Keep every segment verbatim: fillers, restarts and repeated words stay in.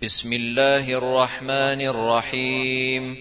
بسم الله الرحمن الرحيم.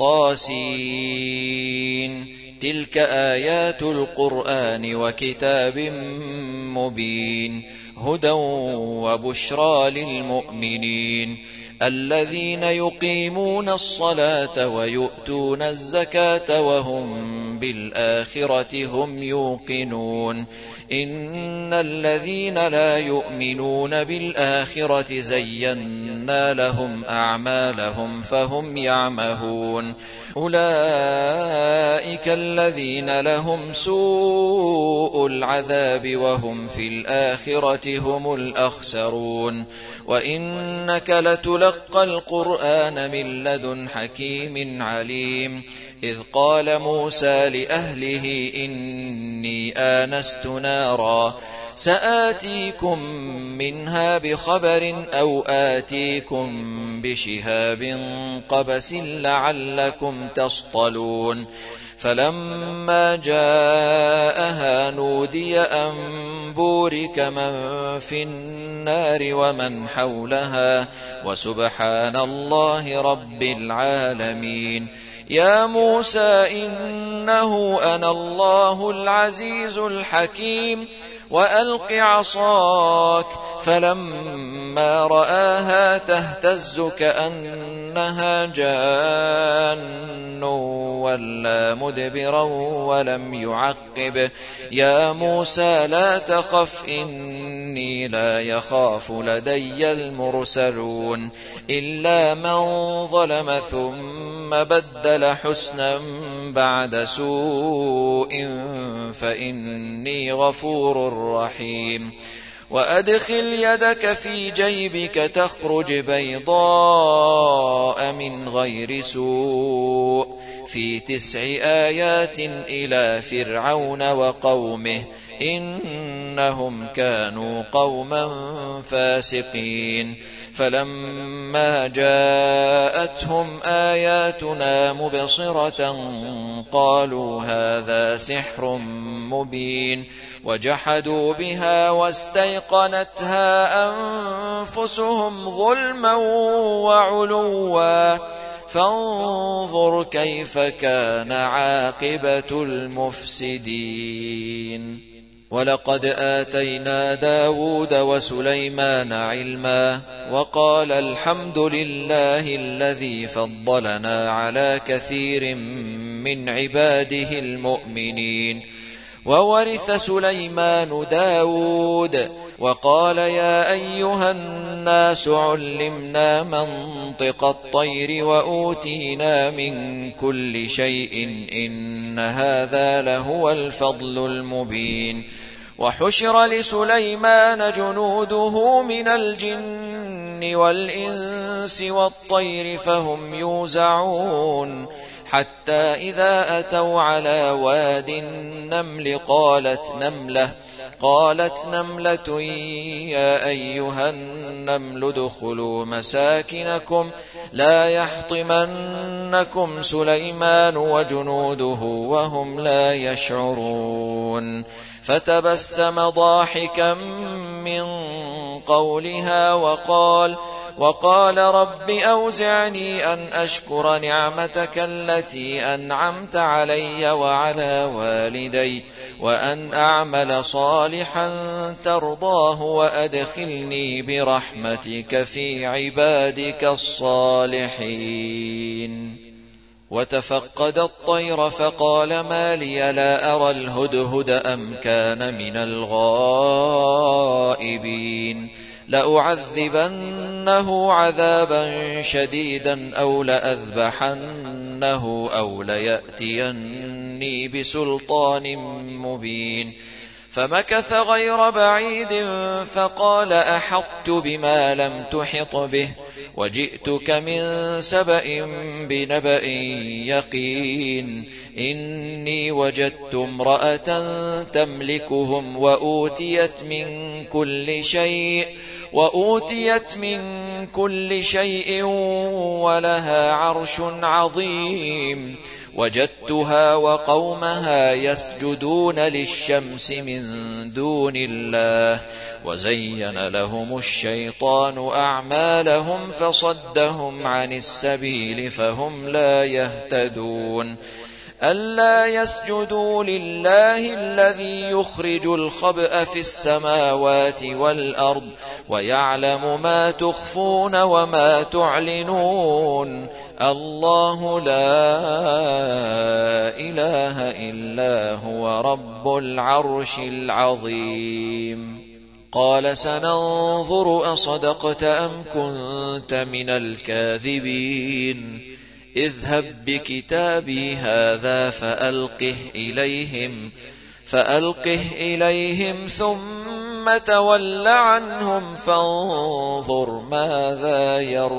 طاسين. تلك آيات القرآن وكتاب مبين، هدى وبشرى للمؤمنين الذين يقيمون الصلاة ويؤتون الزكاة وهم بالآخرة هم يوقنون. إن الذين لا يؤمنون بالآخرة زينا لهم أعمالهم فهم يعمهون. أولئك الذين لهم سوء العذاب وهم في الآخرة هم الأخسرون. وإنك لتلقى القرآن من لدن حكيم عليم. إذ قال موسى لأهله إني آنست نارا سآتيكم منها بخبر أو آتيكم بشهاب قبس لعلكم تصطلون. فلما جاءها نودي أن بورك من في النار ومن حولها وسبحان الله رب العالمين. يا موسى إنه أنا الله العزيز الحكيم وألق عصاك. فلما رآها تهتز كأنها جان ولا مدبرا ولم يعقب. يا موسى لا تخف إني لا يخاف لدي المرسلون. إلا من ظلم ثم بدل حسنا بعد سوء فإني غفور رحيم. وأدخل يدك في جيبك تخرج بيضاء من غير سوء في تسع آيات إلى فرعون وقومه إنهم كانوا قوما فاسقين. فلما جاءتهم آياتنا مبصرة قالوا هذا سحر مبين وجحدوا بها واستيقنتها أنفسهم ظلما وعلوا فانظر كيف كان عاقبة المفسدين. ولقد آتينا داود وسليمان علما وقال الحمد لله الذي فضلنا على كثير من عباده المؤمنين. وورث سليمان داود وقال يا أيها الناس علمنا منطق الطير وأوتينا من كل شيء إن هذا لهو الفضل المبين. وحشر لسليمان جنوده من الجن والإنس والطير فهم يوزعون حتى إذا أتوا على واد النمل قالت نملة قالت نملة يا أيها النمل ادخلوا مساكنكم لا يحطمنكم سليمان وجنوده وهم لا يشعرون. فتبسم ضاحكا من قولها وقال وقال رب أوزعني أن أشكر نعمتك التي أنعمت علي وعلى والدي وأن أعمل صالحا ترضاه وأدخلني برحمتك في عبادك الصالحين. وتفقد الطير فقال ما لي لا أرى الهدهد أم كان من الغائبين. لأعذبنه عذابا شديدا أو لأذبحنه أو ليأتيني بسلطان مبين. فمكث غير بعيد فقال أحطت بما لم تحط به وجئتك من سبأ بنبأ يقين. إني وجدت امرأة تملكهم وأوتيت من كل شيء وأوتيت من كل شيء ولها عرش عظيم. وجدتها وقومها يسجدون للشمس من دون الله وزين لهم الشيطان أعمالهم فصدهم عن السبيل فهم لا يهتدون ألا يسجدوا لله الذي يخرج الخبأ في السماوات والأرض ويعلم ما تخفون وما تعلنون الله لا إله إلا هو رب العرش العظيم قال سننظر أصدقت أم كنت من الكاذبين اذهب بكتابي هذا فألقه إليهم فألقه إليهم ثم تول عنهم فانظر ماذا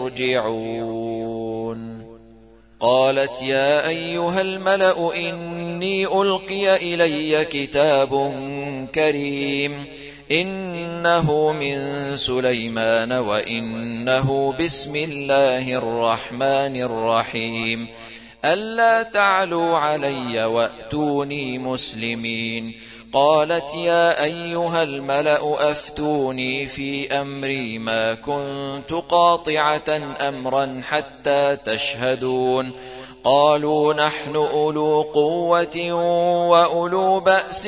يرجعون قالت يا أيها الملأ إني ألقي إلي كتاب كريم إنه من سليمان وإنه بسم الله الرحمن الرحيم ألا تعلوا علي وأتوني مسلمين قالت يا أيها الملأ أفتوني في أمري ما كنت قاطعة أمرا حتى تشهدون قالوا نحن أولو قوة وأولو بأس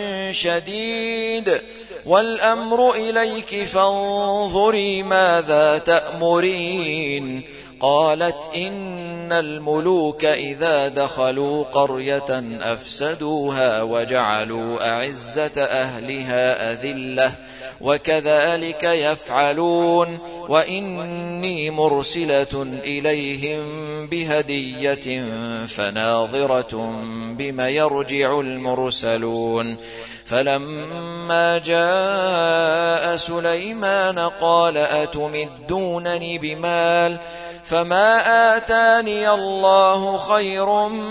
شديد والأمر إليك فانظري ماذا تأمرين قالت إن الملوك إذا دخلوا قرية أفسدوها وجعلوا أعزة أهلها أذلة وكذلك يفعلون وإني مرسلة إليهم بهدية فناظرة بما يرجع المرسلون فلما جاء سليمان قال أتمدونني بمال فما آتاني الله خير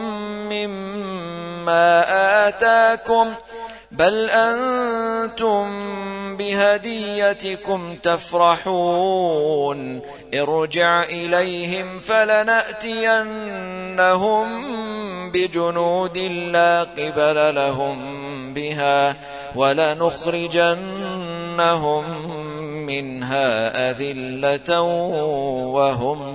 مما آتاكم بل أنتم بهديتكم تفرحون ارجع إليهم فلنأتينهم بجنود لا قبل لهم بها ولنخرجنهم منها أذلة وهم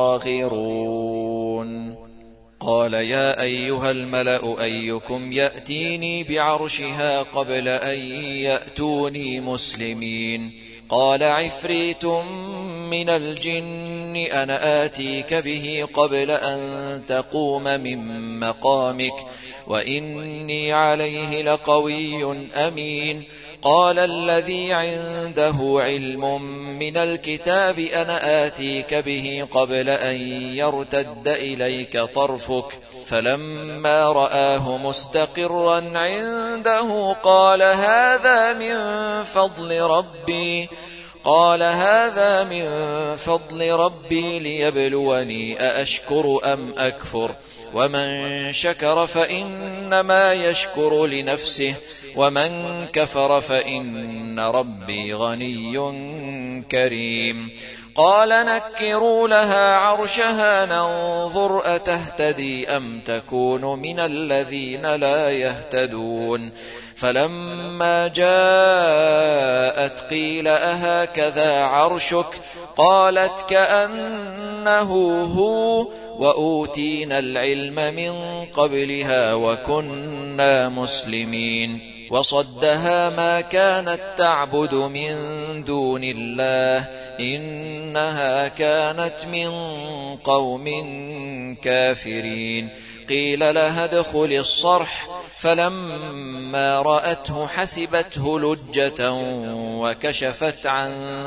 صاغرون قال يا أيها الملأ أيكم يأتيني بعرشها قبل أن يأتوني مسلمين قال عفريت من الجن أنا آتيك به قبل أن تقوم من مقامك وإني عليه لقوي أمين قال الذي عنده علم من الكتاب أنا آتيك به قبل أن يرتد إليك طرفك فلما رآه مستقرا عنده قال هذا من فضل ربي قال هذا من فضل ربي ليبلوني أأشكر أم أكفر ومن شكر فإنما يشكر لنفسه ومن كفر فإن ربي غني كريم قال نكروا لها عرشها ننظر أتهتدي أم تكون من الذين لا يهتدون فلما جاءت قيل أهكذا عرشك قالت كأنه هو وأوتينا العلم من قبلها وكنا مسلمين وصدها ما كانت تعبد من دون الله إنها كانت من قوم كافرين قيل لها ادخل الصرح فلما رأته حسبته لجة وكشفت عن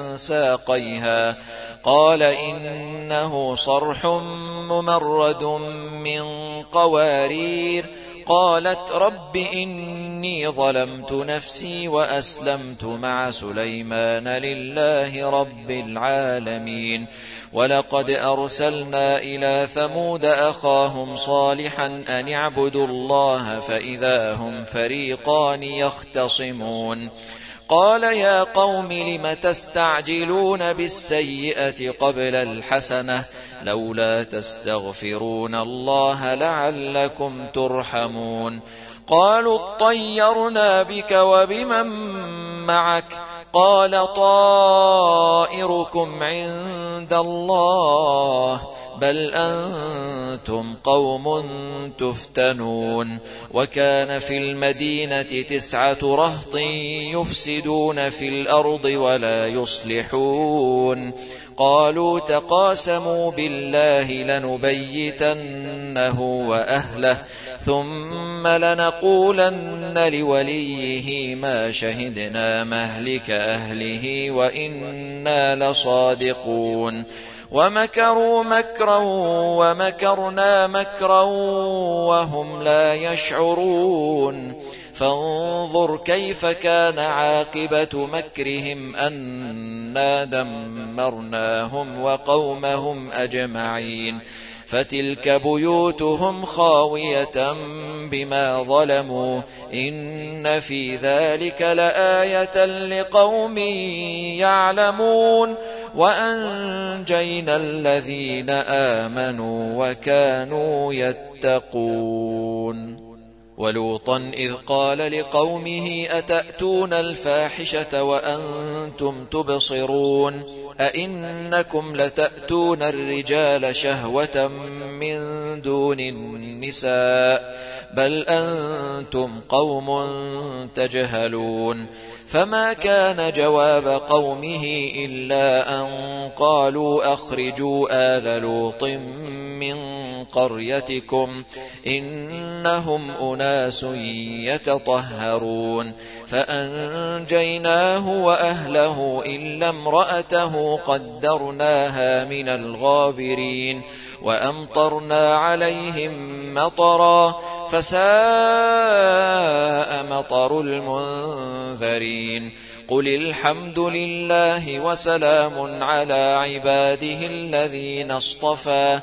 ساقيها قال إنه صرح ممرد من قوارير قالت رب إني ظلمت نفسي وأسلمت مع سليمان لله رب العالمين ولقد أرسلنا إلى ثمود أخاهم صالحا أن اعبدوا الله فإذا هم فريقان يختصمون قال يا قوم لم تستعجلون بالسيئة قبل الحسنة لولا تستغفرون الله لعلكم ترحمون قالوا اطيرنا بك وبمن معك قال طائركم عند الله بل أنتم قوم تفتنون وكان في المدينة تسعة رهط يفسدون في الأرض ولا يصلحون قالوا تقاسموا بالله لنبيتنه وأهله ثم لنقولن لوليه ما شهدنا مهلك أهله وإنا لصادقون ومكروا مكرا ومكرنا مكرا وهم لا يشعرون فانظر كيف كان عاقبة مكرهم أنا دمرناهم وقومهم أجمعين فتلك بيوتهم خاوية بما ظلموا إن في ذلك لآية لقوم يعلمون وأنجينا الذين آمنوا وكانوا يتقون ولوطا إذ قال لقومه أتأتون الفاحشة وأنتم تبصرون أئنكم لتأتون الرجال شهوة من دون النساء بل أنتم قوم تجهلون فما كان جواب قومه إلا أن قالوا أخرجوا آل لوط من قريتكم إنهم أناس يتطهرون فأنجيناه وأهله إلا امرأته قدرناها من الغابرين وأمطرنا عليهم مطرا فساء مطر المنذرين قل الحمد لله وسلام على عباده الذين اصطفى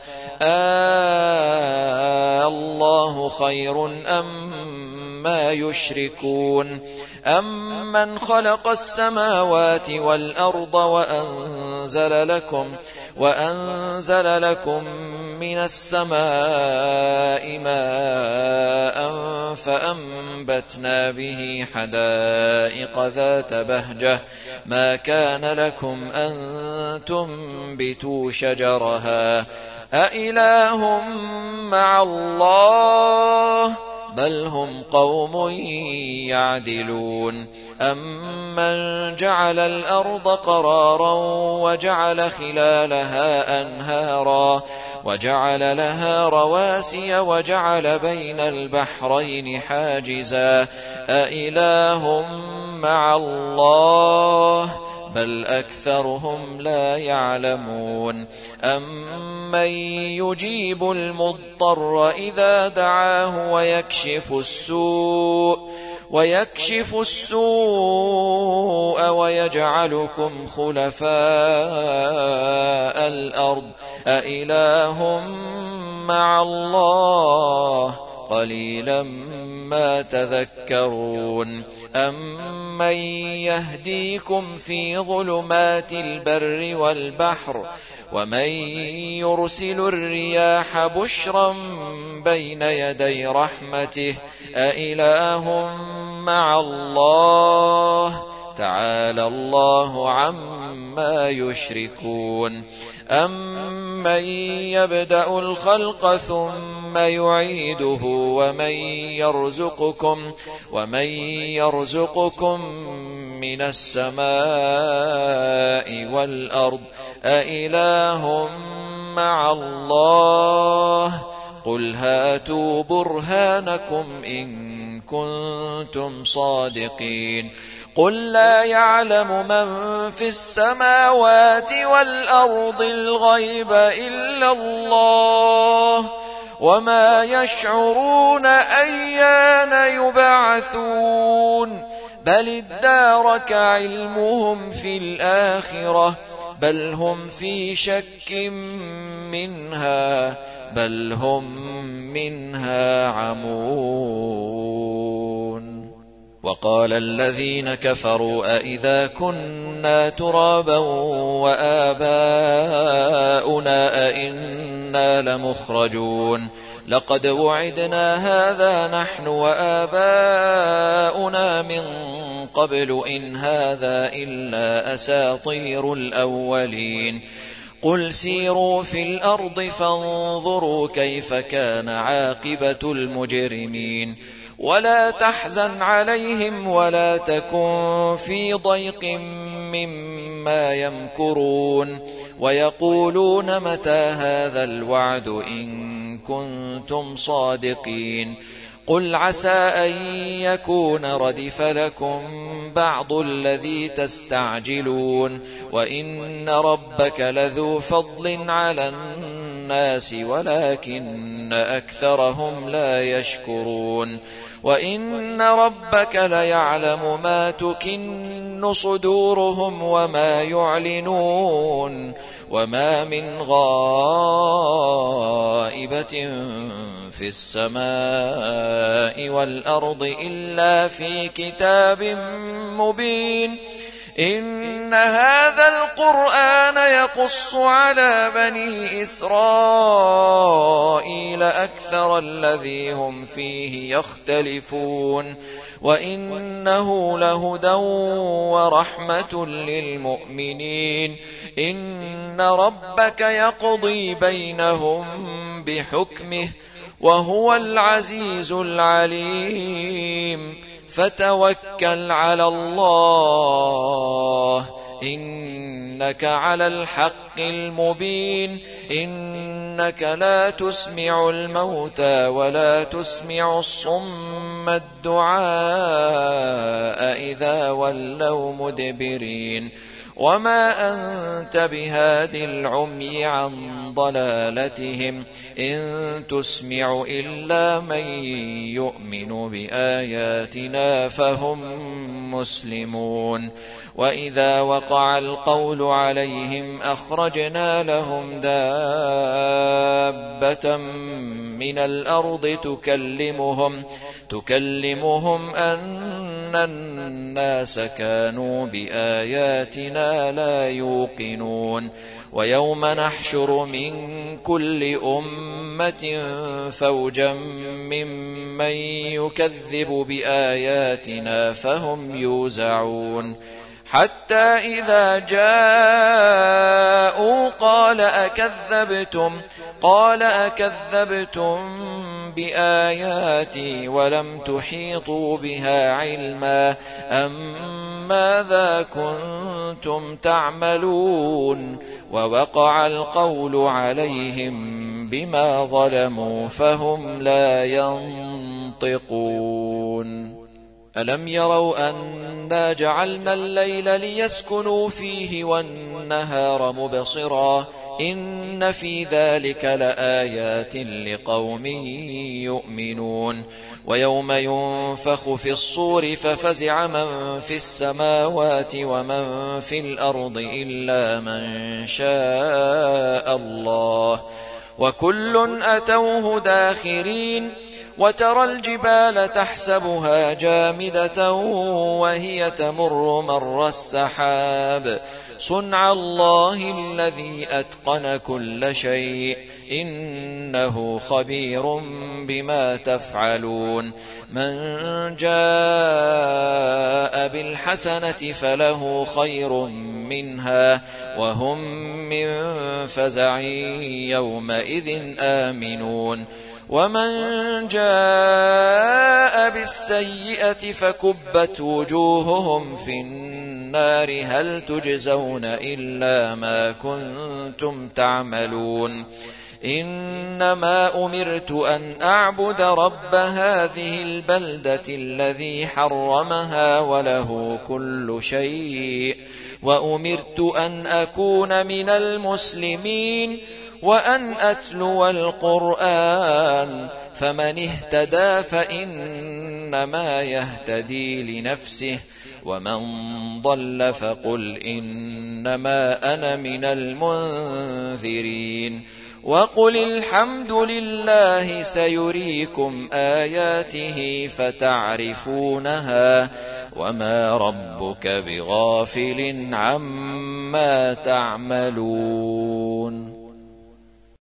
آه الله خير أم ما يشركون أمن خلق السماوات والأرض وأنزل لكم وأنزل لكم من السماء ماء فأنبتنا به حدائق ذات بهجة ما كان لكم أن تنبتوا شجرها أإله مع الله بل هم قوم يعدلون أمن جعل الأرض قرارا وجعل خلالها أنهارا وجعل لها رواسي وجعل بين البحرين حاجزا أإله مع الله بل أكثرهم لا يعلمون أمن يجيب المضطر إذا دعاه ويكشف السوء ويكشف السوء ويجعلكم خلفاء الأرض أإله مع الله قليلا ما تذكرون أمن يهديكم في ظلمات البر والبحر ومن يرسل الرياح بشرا بين يدي رحمته أإله مع الله تعالى الله عما يشركون أمن يبدأ الخلق ثم يعيده ومن يرزقكم ومن يرزقكم من السماء والأرض أإله مع الله قل هاتوا برهانكم إن كنتم صادقين قل لا يعلم من في السماوات والأرض الغيب إلا الله وما يشعرون أيان يبعثون بل ادارك علمهم في الآخرة بل هم في شك منها بل هم منها عمون. وقال الذين كفروا أئذا كنا ترابا وآباؤنا أئنا لمخرجون لقد وعدنا هذا نحن وآباؤنا من قبل إن هذا إلا أساطير الأولين قل سيروا في الأرض فانظروا كيف كان عاقبة المجرمين ولا تحزن عليهم ولا تكن في ضيق مما يمكرون ويقولون متى هذا الوعد إن كنتم صادقين قل عسى أن يكون ردف لكم بعض الذي تستعجلون وإن ربك لذو فضل على الناس ولكن أكثرهم لا يشكرون وإن ربك ليعلم ما تكن صدورهم وما يعلنون وما من غائبة في السماء والأرض إلا في كتاب مبين إن هذا القرآن يقص على بني إسرائيل أكثر الذي هم فيه يختلفون وإنه لهدى ورحمة للمؤمنين إن ربك يقضي بينهم بحكمه وهو العزيز العليم فتوكل على الله إنك على الحق المبين إنك لا تسمع الموتى ولا تسمع الصم الدعاء إذا ولوا مدبرين وما أنت بهاد العمي عن ضلالتهم إن تسمع إلا من يؤمن بآياتنا فهم مسلمون وإذا وقع القول عليهم أخرجنا لهم دابة من الأرض تكلمهم تكلمهم أن الناس كانوا بآياتنا لا يوقنون ويوم نحشر من كل أمة فوجا ممن يكذب بآياتنا فهم يوزعون حتى إذا جاءوا قال أكذبتم قال أكذبتم بآياتي ولم تحيطوا بها علما أم ماذا كنتم تعملون ووقع القول عليهم بما ظلموا فهم لا ينطقون ألم يروا أنا جعلنا الليل ليسكنوا فيه والنهار مبصرا إن في ذلك لآيات لقوم يؤمنون ويوم ينفخ في الصور ففزع من في السماوات ومن في الأرض إلا من شاء الله وكل أتوه داخرين وترى الجبال تحسبها جامدة وهي تمر مر السحاب صنع الله الذي أتقن كل شيء إنه خبير بما تفعلون من جاء بالحسنة فله خير منها وهم من فزع يومئذ آمنون ومن جاء بالسيئة فكبت وجوههم في النار هل تجزون إلا ما كنتم تعملون إنما أمرت أن أعبد رب هذه البلدة الذي حرمها وله كل شيء وأمرت أن أكون من المسلمين وأن أتلو القرآن فمن اهتدى فإنما يهتدي لنفسه ومن ضل فقل إنما أنا من المنذرين وقل الحمد لله سيريكم آياته فتعرفونها وما ربك بغافل عما تعملون